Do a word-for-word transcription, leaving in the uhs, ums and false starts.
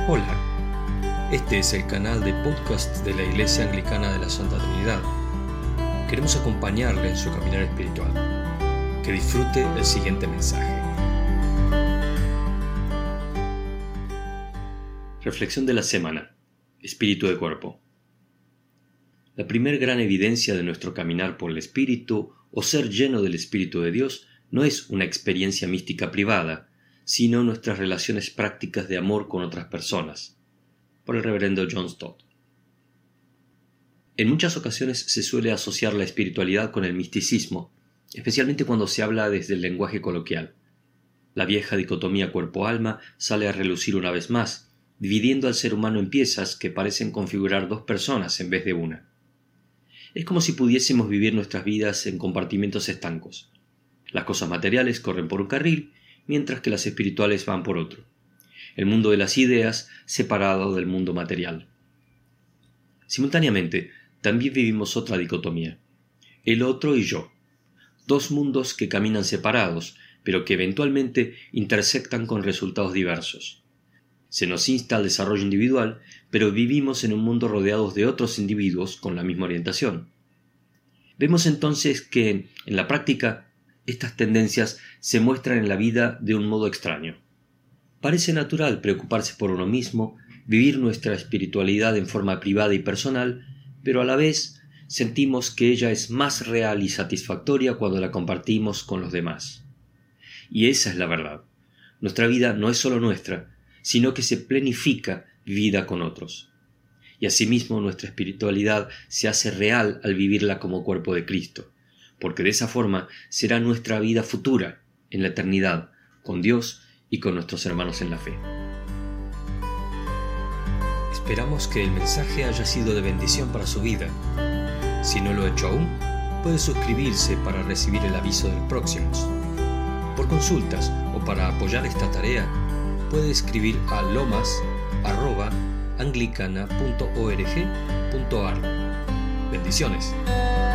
Hola, este es el canal de podcast de la Iglesia Anglicana de la Santa Trinidad. Queremos acompañarle en su caminar espiritual. Que disfrute el siguiente mensaje. Reflexión de la semana. Espíritu de cuerpo. La primer gran evidencia de nuestro caminar por el Espíritu o ser lleno del Espíritu de Dios no es una experiencia mística privada, sino nuestras relaciones prácticas de amor con otras personas. Por el reverendo John Stott. En muchas ocasiones se suele asociar la espiritualidad con el misticismo, especialmente cuando se habla desde el lenguaje coloquial. La vieja dicotomía cuerpo-alma sale a relucir una vez más, dividiendo al ser humano en piezas que parecen configurar dos personas en vez de una. Es como si pudiésemos vivir nuestras vidas en compartimentos estancos. Las cosas materiales corren por un carril, mientras que las espirituales van por otro. El mundo de las ideas separado del mundo material. Simultáneamente, también vivimos otra dicotomía. El otro y yo. Dos mundos que caminan separados, pero que eventualmente intersectan con resultados diversos. Se nos insta al desarrollo individual, pero vivimos en un mundo rodeados de otros individuos con la misma orientación. Vemos entonces que, en la práctica, estas tendencias se muestran en la vida de un modo extraño. Parece natural preocuparse por uno mismo, vivir nuestra espiritualidad en forma privada y personal, pero a la vez sentimos que ella es más real y satisfactoria cuando la compartimos con los demás. Y esa es la verdad. Nuestra vida no es solo nuestra, sino que se planifica vivida con otros. Y asimismo nuestra espiritualidad se hace real al vivirla como cuerpo de Cristo, porque de esa forma será nuestra vida futura, en la eternidad, con Dios y con nuestros hermanos en la fe. Esperamos que el mensaje haya sido de bendición para su vida. Si no lo ha hecho aún, puede suscribirse para recibir el aviso de los próximos. Por consultas o para apoyar esta tarea, puede escribir a lomas arroba anglicana punto org punto ar. Bendiciones.